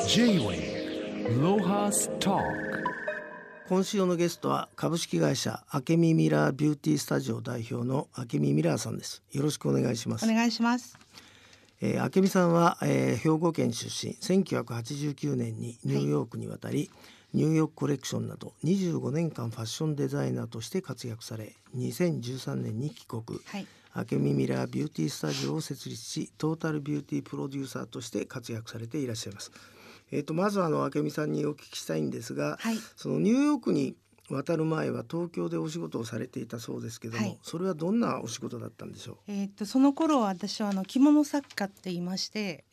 J-Wave Lohas Talk。 今週のゲストは株式会社アケミミラービューティースタジオ代表のアケミミラーさんです。よろしくお願いします。 お願いします。 アケミさんは、兵庫県出身。1989年にニューヨークに渡り、ニューヨークコレクションなど25年間ファッションデザイナーとして活躍され、2013年に帰国、アケミミラービューティースタジオを設立し、トータルビューティープロデューサーとして活躍されていらっしゃいます。まず明美さんにお聞きしたいんですが、そのニューヨークに渡る前は東京でお仕事をされていたそうですけども、それはどんなお仕事だったんでしょう。その頃私は着物作家って言いまして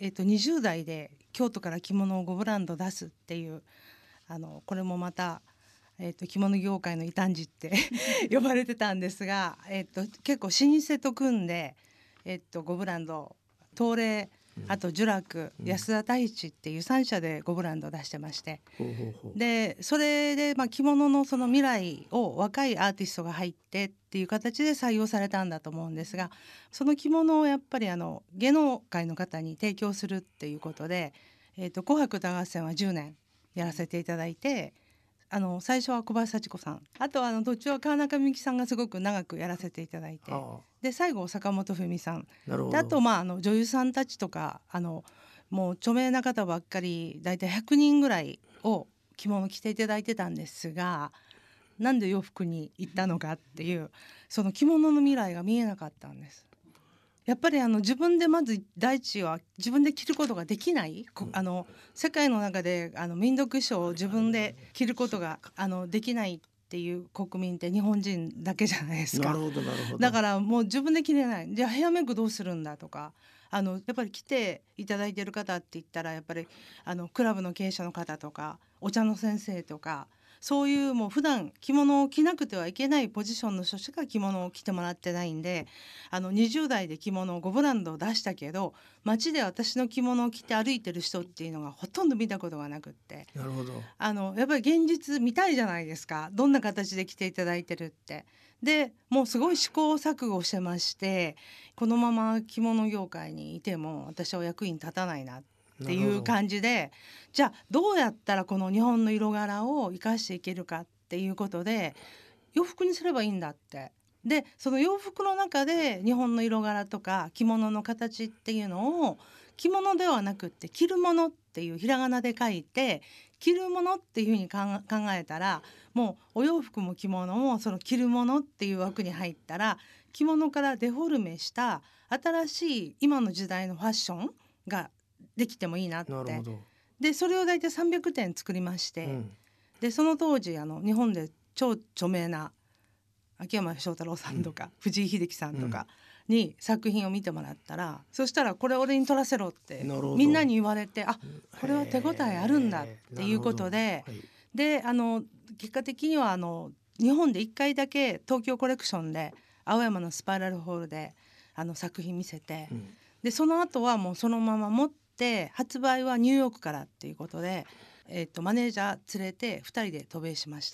、20代で京都から着物を5ブランド出すっていうこれもまた、着物業界の異端児って呼ばれてたんですが、結構老舗と組んで、5ブランド東レあと聚楽、安田太一っていう3社で5ブランド出してまして、でそれで着物のその未来を若いアーティストが入ってっていう形で採用されたんだと思うんですが、その着物をやっぱり芸能界の方に提供するっていうことで、紅白歌合戦は10年やらせていただいて、最初は小林幸子さん、あと途中は川中美幸さんがすごく長くやらせていただいて、で最後坂本冬美さんで、あと女優さんたちとかもう著名な方ばっかりだいたい100人ぐらいを着物着ていただいてたんですが、なんで洋服に行ったのかっていう、その着物の未来が見えなかったんです。やっぱり自分でまず第一は自分で着ることができない、世界の中で民族衣装を自分で着ることができないっていう国民って日本人だけじゃないですか。 なるほどだからもう自分で着れない。じゃあヘアメイクどうするんだとか、やっぱり来ていただいてる方って言ったらやっぱりクラブの経営者の方とかお茶の先生とか、そういうもう普段着物を着なくてはいけないポジションの人しか着物を着てもらってないんで、20代で着物を5ブランドを出したけど、街で私の着物を着て歩いてる人っていうのがほとんど見たことがなくって、 なるほど。 やっぱり現実見たいじゃないですか、どんな形で着ていただいてるって。でもうすごい試行錯誤してまして、このまま着物業界にいても私は役に立たないなっていう感じで、じゃあどうやったらこの日本の色柄を生かしていけるかっていうことで、洋服にすればいいんだって。でその洋服の中で日本の色柄とか着物の形っていうのを、着物ではなくって着るものっていうひらがなで書いて着るものっていうふうに考えたら、もうお洋服も着物もその着るものっていう枠に入ったら、着物からデフォルメした新しい今の時代のファッションができてもいいなって。でそれを大体300点作りまして、でその当時日本で超著名な秋山翔太郎さんとか、藤井秀樹さんとかに作品を見てもらったら、そしたらこれ俺に撮らせろってみんなに言われて、あ、これは手応えあるんだっていうことで、で結果的には日本で1回だけ東京コレクションで青山のスパイラルホールで作品見せて、でその後はもうそのまま持って発売はニューヨークからっていうことで、マネージャー連れて2人で渡米しました。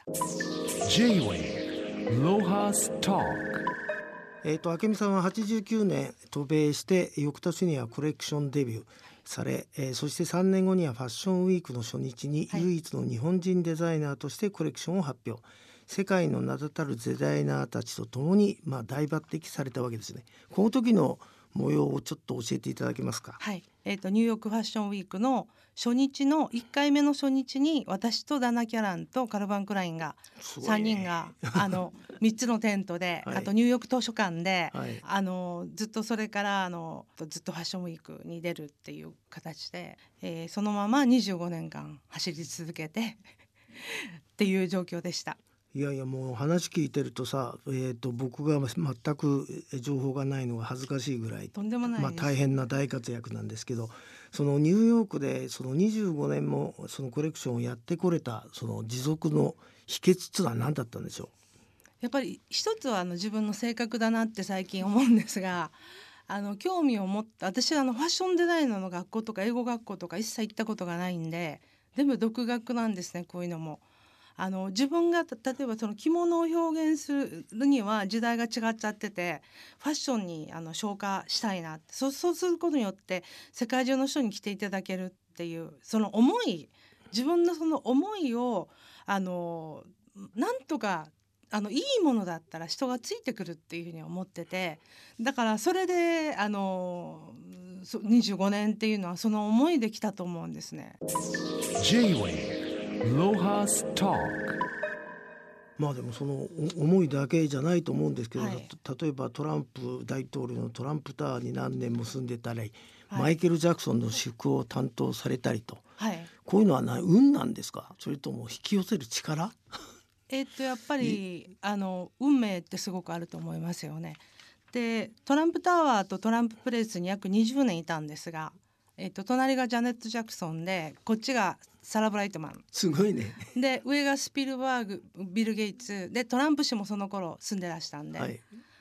J-Wave Lohas Talk。 明美さんは89年渡米して、翌年にはコレクションデビューされ、そして3年後にはファッションウィークの初日に唯一の日本人デザイナーとしてコレクションを発表。世界の名だたるデザイナーたちと共に、大抜擢されたわけですね。この時の模様をちょっと教えていただけますか。 ニューヨークファッションウィークの初日の1回目の初日に、私とダナ・キャランとカルバン・クラインが3人が3つのテントで、あとニューヨーク図書館で、ずっとそれからずっとファッションウィークに出るっていう形で、そのまま25年間走り続けてっていう状況でした。 いやいや、もう話聞いてるとさ、僕が全く情報がないのが恥ずかしいぐらい、 とんでもないです。 大変な大活躍なんですけど、そのニューヨークでその25年もそのコレクションをやってこれたその持続の秘訣っていうのは何だったんでしょう。 やっぱり一つは自分の性格だなって最近思うんですが、興味を持った、私はファッションデザイナーの学校とか英語学校とか一切行ったことがないんで、全部独学なんですね。こういうのも自分が例えばその着物を表現するには時代が違っちゃってて、ファッションに昇華したいなって、そうすることによって世界中の人に着ていただけるっっていうその思い、自分のその思いをなんとかいいものだったら人がついてくるっていうふうに思ってて、だからそれで25年っていうのはその思いで来たと思うんですね。 J-Wave Lohas Talk。 まあでもその思いだけじゃないと思うんですけど、 はい、 例えばトランプ大統領のトランプタワーに何年も住んでたり、 はい、 マイケル・ジャクソンの祝福を担当されたりと、 はい、 こういうのは運なんですか、それとも引き寄せる力？ やっぱり運命ってすごくあると思いますよね。でトランプタワーとトランププレイスに約20年いたんですが、隣がジャネット・ジャクソンでこっちがサラ・ブライトマンすごいね。 で上がスピルバーグ、ビル・ゲイツでトランプ氏もその頃住んでらしたんで、 はい、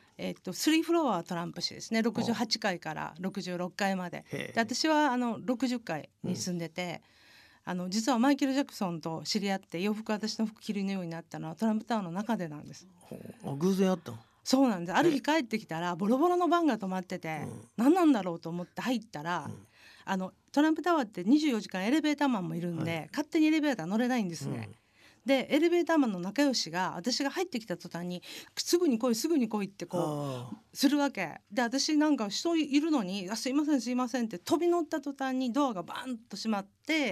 3フロアはトランプ氏ですね。68階から66階まで。で私は60階に住んでて、実はマイケル・ジャクソンと知り合って洋服、私の服着るようになったのはトランプタワーの中でなんです。 偶然あったの？ そうなんです。ある日帰ってきたらボロボロのバンが止まってて、何なんだろうと思って入ったら、トランプタワーって24時間エレベーターマンもいるんで、勝手にエレベーター乗れないんですね。でエレベーターマンの仲良しが私が入ってきた途端にすぐに来いすぐに来いってこうするわけで、私なんか人いるのにすいませんすいませんって飛び乗った途端にドアがバンと閉まって、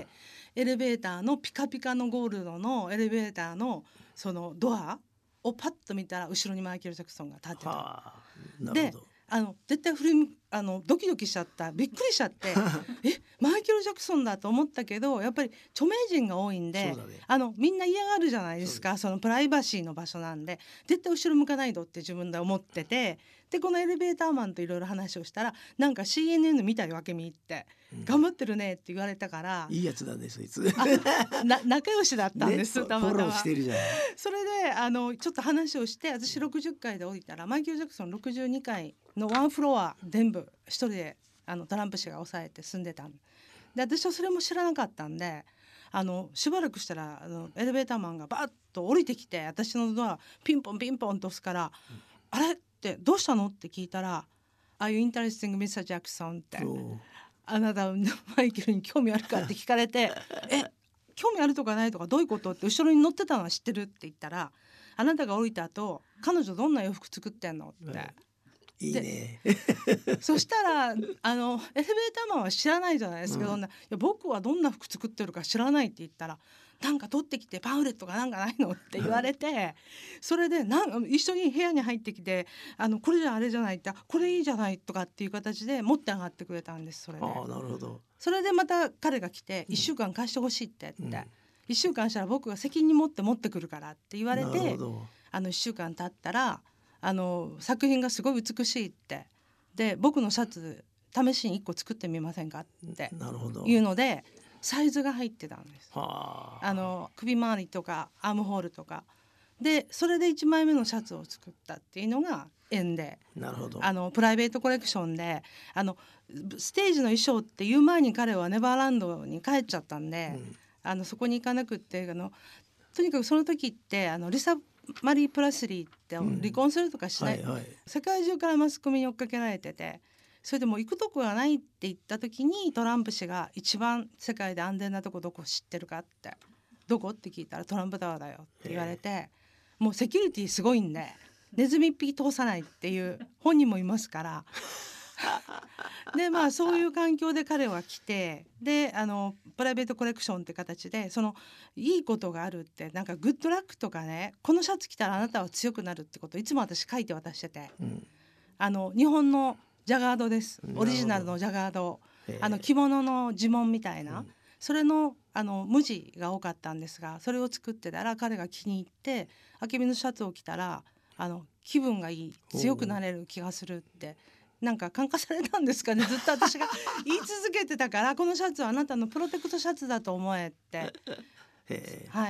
エレベーターのピカピカのゴールドのエレベーターのそのドアをパッと見たら後ろにマイケル・ジャクソンが立ってた。で絶対ドキドキしちゃった、びっくりしちゃってマイケル・ジャクソンだと思ったけど、やっぱり著名人が多いんで、みんな嫌がるじゃないですか。そのプライバシーの場所なんで絶対後ろ向かないとって自分で思ってて、でこのエレベーターマンといろいろ話をしたら、なんか CNN 見たよ明美って、頑張ってるねって言われたから、 いいやつだねそいつ仲良しだったんです、 ね、 たまたまフォローしてるじゃない。 それでちょっと話をして、私60階で降りたらマイケル・ジャクソン62階のワンフロア全部一人でトランプ氏が抑えて住んでたんで、私はそれも知らなかったんで、しばらくしたらエレベーターマンがバッと降りてきて、私のドアピンポンピンポンと押すから、あれってどうしたのって聞いたら、Are you interesting Mr. Jackson って、あなたマイケルに興味あるかって聞かれて興味あるとかないとかどういうことって後ろに乗ってたのは知ってるって言ったら、あなたが降りた後彼女どんな洋服作ってんのって、 いいねそしたらエレベーターマンは知らないじゃないですか、いや僕はどんな服作ってるか知らないって言ったら、なんか取ってきてパンフレットがなんかないのって言われてそれで一緒に部屋に入ってきてこれじゃあれじゃないって、これいいじゃないとかっていう形で持って上がってくれたんです。それでなるほど。 それでまた彼が来て1週間貸してほしいって言って、1週間したら僕が責任持ってくるからって言われて、1週間経ったら作品がすごい美しいって、で僕のシャツ試しに1個作ってみませんかっていうのでサイズが入ってたんです。首周りとかアームホールとかで、それで1枚目のシャツを作ったっていうのが縁で、 なるほど。 プライベートコレクションでステージの衣装っていう前に彼はネバーランドに帰っちゃったんで、そこに行かなくってとにかくその時ってリサ・マリー・プラスリーって離婚するとかしない、世界中からマスコミに追っかけられてて、それでも行くとこがないって言った時にトランプ氏が一番世界で安全なとこどこ知ってるかって、どこって聞いたらトランプタワーだよって言われて、もうセキュリティすごいんでネズミ1匹通さないっていう本人もいますからでそういう環境で彼は来て、でプライベートコレクションって形でいいことがあるって、なんかグッドラックとかね、このシャツ着たらあなたは強くなるってことをいつも私書いて渡してて、日本のジャガードです、オリジナルのジャガード、着物の地紋みたいな、それの無地が多かったんですが、それを作ってたら彼が気に入って、明美のシャツを着たら気分がいい、強くなれる気がするってなんか感化されたんですかね。ずっと私が言い続けてたから、このシャツはあなたのプロテクトシャツだと思えってはい。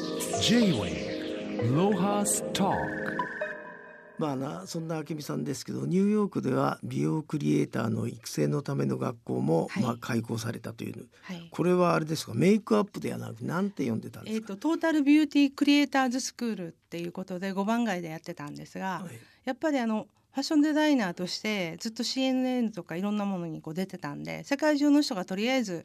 J-Wave Lohas Talk。 そんな明美さんですけど、ニューヨークでは美容クリエイターの育成のための学校も、開校されたという、これはあれですか、メイクアップではなくなんて呼んでたんですか？ トータルビューティークリエイターズスクールっていうことで5番街でやってたんですが、やっぱりファッションデザイナーとしてずっと CNN とかいろんなものに出てたんで、世界中の人がとりあえず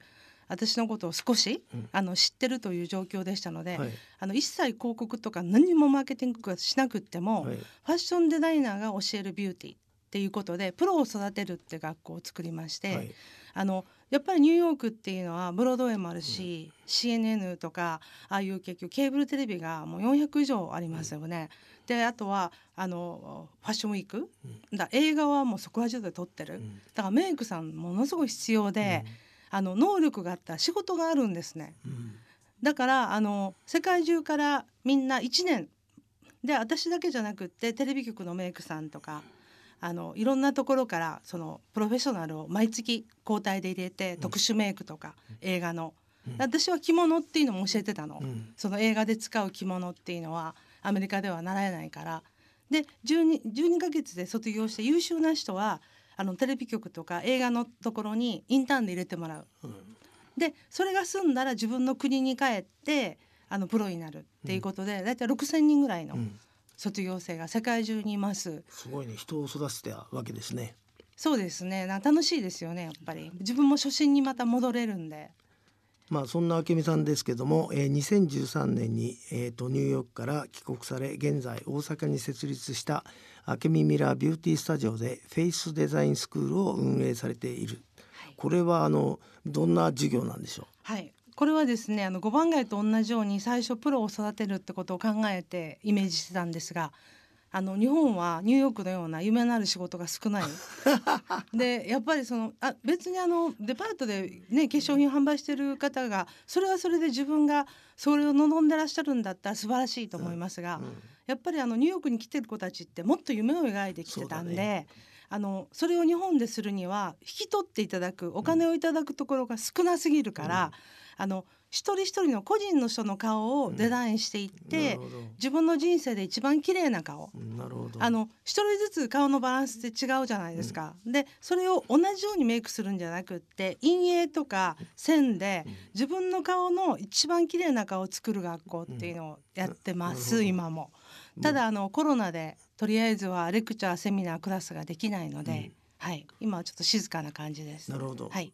私のことを少し、 うん知ってるという状況でしたので、 はい一切広告とか何もマーケティングしなくっても、 はいファッションデザイナーが教えるビューティーっていうことでプロを育てるって学校を作りまして、 はいやっぱりニューヨークっていうのはブロードウェイもあるし、CNN とかああいう結局ケーブルテレビがもう400以上ありますよね。であとはファッションウィーク、映画はもうそこら中で撮ってる、だからメイクさんものすごい必要で、能力があったら仕事があるんですね。だから世界中からみんな1年で、私だけじゃなくってテレビ局のメイクさんとかいろんなところからそのプロフェッショナルを毎月交代で入れて、特殊メイクとか映画の、私は着物っていうのも教えてたの、その映画で使う着物っていうのはアメリカでは習えないから。で12ヶ月で卒業して優秀な人はテレビ局とか映画のところにインターンで入れてもらう、でそれが済んだら自分の国に帰ってプロになるっていうことで、だいたい6,000人ぐらいの卒業生が世界中にいます。 すごいね、人を育てたわけですね。 そうですね、楽しいですよね。やっぱり自分も初心にまた戻れるんで。 そんな明美さんですけども、2013年に、ニューヨークから帰国され、現在大阪に設立した明美ミラービューティースタジオでフェイスデザインスクールを運営されている、これはどんな授業なんでしょう。 はい、これはですね5番街と同じように最初プロを育てるってことを考えてイメージしてたんですが、日本はニューヨークのような夢のある仕事が少ないでやっぱり別にデパートでね化粧品販売してる方がそれはそれで自分がそれを望んでらっしゃるんだったら素晴らしいと思いますが、やっぱりニューヨークに来てる子たちってもっと夢を描いてきてたんで、それを日本でするには引き取っていただくお金をいただくところが少なすぎるから、一人一人の個人の人の顔をデザインしていって、自分の人生で一番綺麗な顔、 なるほど。 一人ずつ顔のバランスって違うじゃないですか、でそれを同じようにメイクするんじゃなくって陰影とか線で自分の顔の一番綺麗な顔を作る学校っていうのをやってます、今も。ただコロナでとりあえずはレクチャーセミナークラスができないので、はい、今はちょっと静かな感じです。 なるほど。 はい、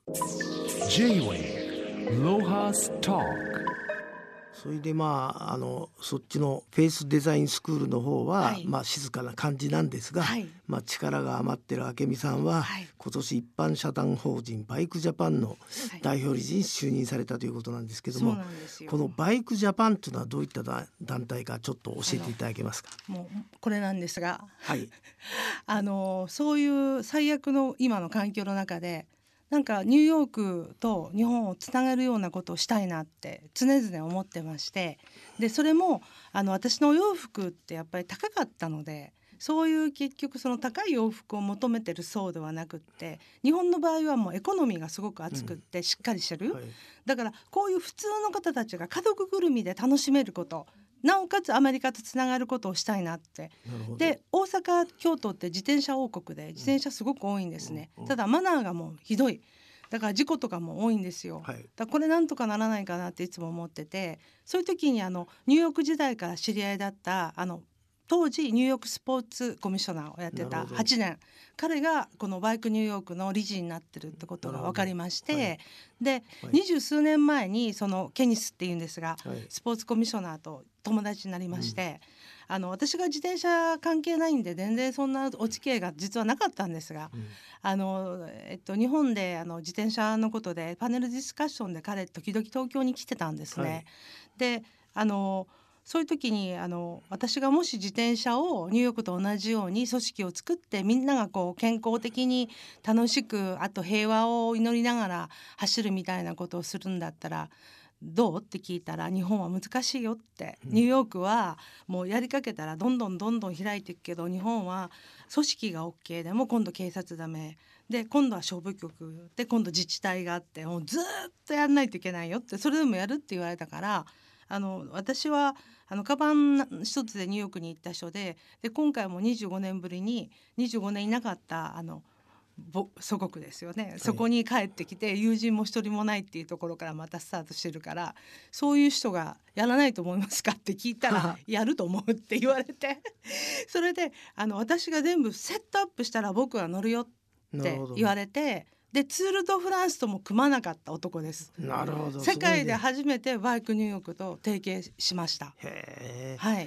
J-Way Lohas Talk。 それでそっちのフェイスデザインスクールの方は、静かな感じなんですが、力が余ってる明美さんは、今年一般社団法人バイクジャパンの代表理事に就任されたということなんですけども、 そうなんですよ。 このバイクジャパンというのはどういった団体かちょっと教えていただけますか。 もうこれなんですが、 はいそういう最悪の今の環境の中でなんかニューヨークと日本をつなげるようなことをしたいなって常々思ってまして、でそれも私のお洋服ってやっぱり高かったので、そういう結局その高い洋服を求めてる層ではなくって、日本の場合はもうエコノミーがすごく厚くってしっかりしてる、だからこういう普通の方たちが家族ぐるみで楽しめること、なおかつアメリカとつながることをしたいなって。で大阪京都って自転車王国で自転車すごく多いんですね、ただマナーがもうひどい、だから事故とかも多いんですよ、だからこれなんとかならないかなっていつも思ってて、そういう時にニューヨーク時代から知り合いだった当時ニューヨークスポーツコミッショナーをやってた8年、彼がこのバイクニューヨークの理事になってるってことが分かりまして、で20数年前にそのケニスっていうんですが、スポーツコミッショナーと友達になりまして、私が自転車関係ないんで全然そんなお付き合いが実はなかったんですが、日本で自転車のことでパネルディスカッションで彼時々東京に来てたんですね、でそういう時に私がもし自転車をニューヨークと同じように組織を作ってみんながこう健康的に楽しく、あと平和を祈りながら走るみたいなことをするんだったらどうって聞いたら、日本は難しいよって、ニューヨークはもうやりかけたらどんどん開いていくけど、日本は組織が OK でも今度警察ダメで、今度は消防局で、今度自治体があって、もうずっとやらないといけないよって、それでもやるって言われたから、私はカバン一つでニューヨークに行った人で、今回も25年ぶりに25年いなかった祖国ですよね、そこに帰ってきて友人も一人もないっていうところからまたスタートしてるから、そういう人がやらないと思いますかって聞いたらやると思うって言われてそれで私が全部セットアップしたら僕は乗るよって言われて、 でツール・ド・フランスとも組まなかった男です。 なるほど。 世界です初めてバイクニューヨークと提携しました。 ごいね。へえ。 はい、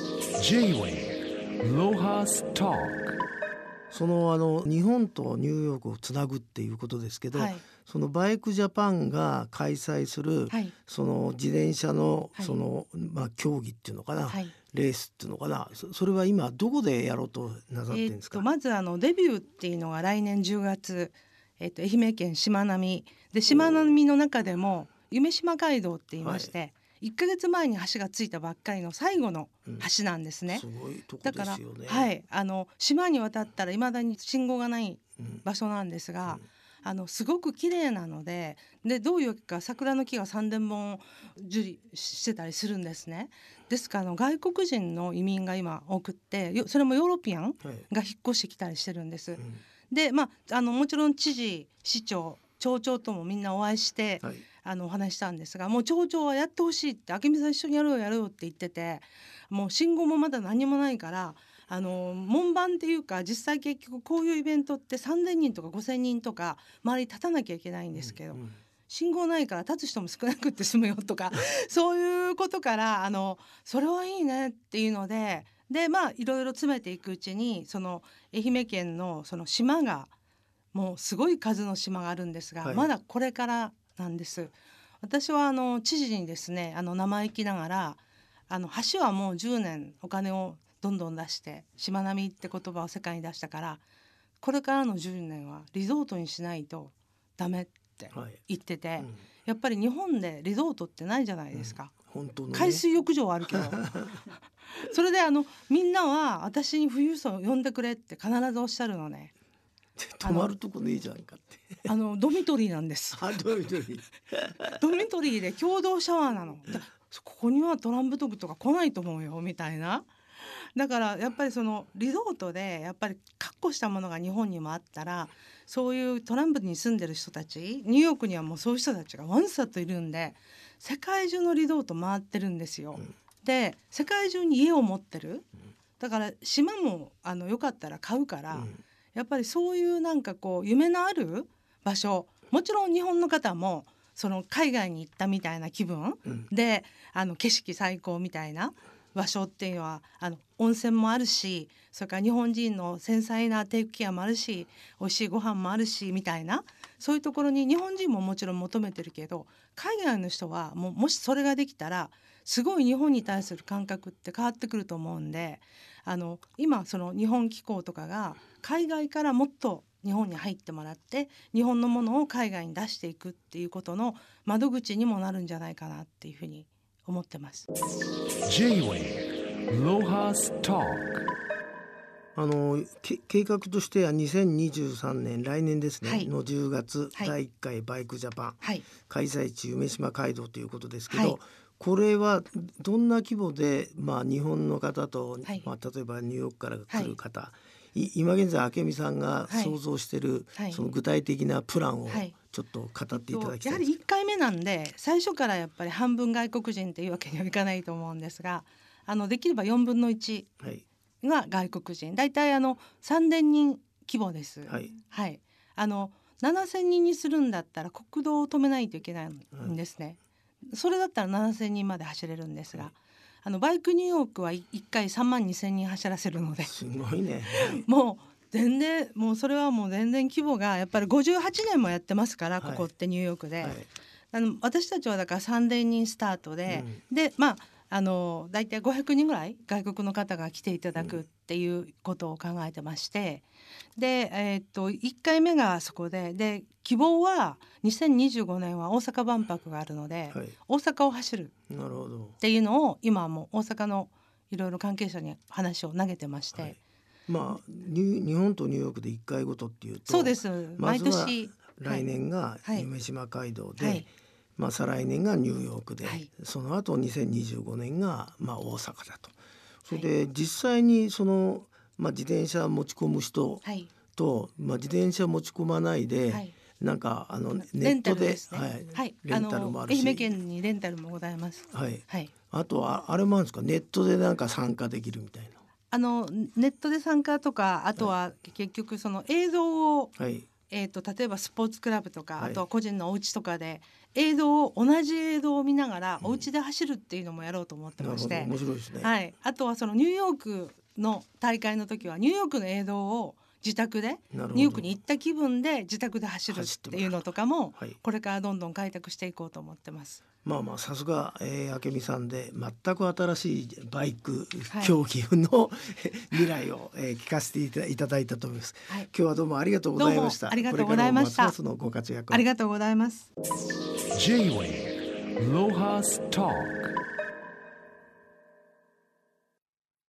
J-Way Lohas Talk その日本とニューヨークをつなぐっていうことですけど、 はい、 そのバイクジャパンが開催する、 はい、 その自転車のはいその、競技っていうのかな、 はい。 レースっていうのかな、それは今どこでやろうとなさってるんですか？ まずデビューっていうのが来年10月、愛媛県しまなみで、しまなみの中でも夢島街道って言いまして、1ヶ月前に橋がついたばっかりの最後の橋なんですね。 すごいとこだから、 ですよね。 はい、島に渡ったら未だに信号がないうん場所なんですが、すごく綺麗なので、どういうか桜の木が3000本樹里してたりするんですね。ですから外国人の移民が今多くって、それもヨーロピアンはいが引っ越してきたりしてるんです。 うんでもちろん知事、市長、町長ともみんなお会いして、 はいお話したんですが、もう町長はやってほしいって、明美さん一緒にやろうやろうって言ってて、もう信号もまだ何もないから、門番っていうか、実際結局こういうイベントって3000人とか5000人とか周り立たなきゃいけないんですけど、 うん信号ないから立つ人も少なくって済むよとかそういうことから、それはいいねっていうので、いろいろ詰めていくうちに、その愛媛県のその島が、もうすごい数の島があるんですが、 はいまだこれからなんです。私は知事にですね、生意気ながら、橋はもう10年お金をどんどん出してしまなみって言葉を世界に出したから、これからの10年はリゾートにしないとダメってはい言ってて、 うんやっぱり日本でリゾートってないじゃないですか。 本当のね海水浴場はあるけどそれでみんなは私に富裕層を呼んでくれって必ずおっしゃるのね。 泊まるとこねえじゃんかってドミトリーなんですどういうふうにドミトリーで共同シャワーなの。ここにはトランプ族とか来ないと思うよみたいな。だからやっぱりそのリゾートでやっぱり確固したものが日本にもあったら、そういうトランプに住んでる人たち、ニューヨークにはもうそういう人たちがわんさといるんで、世界中のリゾート回ってるんですよ。で世界中に家を持ってる。だから島もよかったら買うから、やっぱりそういうなんかこう夢のある場所、もちろん日本の方もその海外に行ったみたいな気分で、景色最高みたいな場所っていうのは温泉もあるし、それから日本人の繊細なテイクケアもあるし、美味しいご飯もあるしみたいな、そういうところに日本人ももちろん求めてるけど、海外の人はもしそれができたらすごい日本に対する感覚って変わってくると思うんで、今その日本機構とかが海外からもっと日本に入ってもらって、日本のものを海外に出していくっていうことの窓口にもなるんじゃないかなっていうふうに思ってます。 J-Way Lohas Talk 計画としては2023年来年ですね、 はいの10月、 はい第1回バイクジャパン、 はい、 開催地夢島街道ということですけど、 はいこれはどんな規模で、日本の方と、 はい例えばニューヨークから来る方、今現在明美さんがはい想像している、 はいその具体的なプランをはいちょっと語っていただきたやはいりです。 1回目なんで、最初からやっぱり半分外国人っていうわけにはいかないと思うんですが、できれば4分の1 はいが外国人、だいたい3000人規模です。 はいはい、7000人にするんだったら国道を止めないといけないんですね。それだったら7000人まで走れるんですが、バイクニューヨークは1回3万2000人走らせるので、 すごいね。 もう全然、もうそれはもう全然規模がやっぱり58年もやってますから、 はいここってニューヨークで、 はい私たちはだから3000人スタートで、でだいたい500人ぐらい外国の方が来ていただくっていうことを考えてまして、で、1回目がそこで、希望は2025年は大阪万博があるので、 はい大阪を走るなるほど。 っていうのを今はもう大阪のいろいろ関係者に話を投げてまして、 はい日本とニューヨークで1回ごとっていうと、 そうです、毎まずは年来年がはい夢島街道で、 はい再来年がニューヨークで、 はいその後2025年が大阪だと。それで実際にその、自転車持ち込む人はいと、自転車持ち込まないで、 はいなんかネレンタットで、 ルですね、はいレンタルもあるし、 愛媛県にレンタルもございます。 はい、 はい、 あとはあれもあるんですか、ネットでなんか参加できるみたいネットで参加とか、あとは結局その映像をな。はい例えばスポーツクラブとか、 はいあとは個人のお家とかで同じ映像を見ながらお家で走るっていうのもやろうと思ってなるほど、 まして、 面白いですね。 はい、あとはそのニューヨークの大会の時はニューヨークの映像を自宅でなるほどニューヨークに行った気分で自宅で走るっていうのとかもはい、 これからどんどん開拓していこうと思ってます。 まあまあさすが、明美さんで全く新しいバイクはい競技の未来を、聞かせていただいたと思います。 はい、 今日はどうもありがとうございました。 どうもありがとうございましたこれからもますますのご活躍をありがとうございます。 J-Way Lohas Talk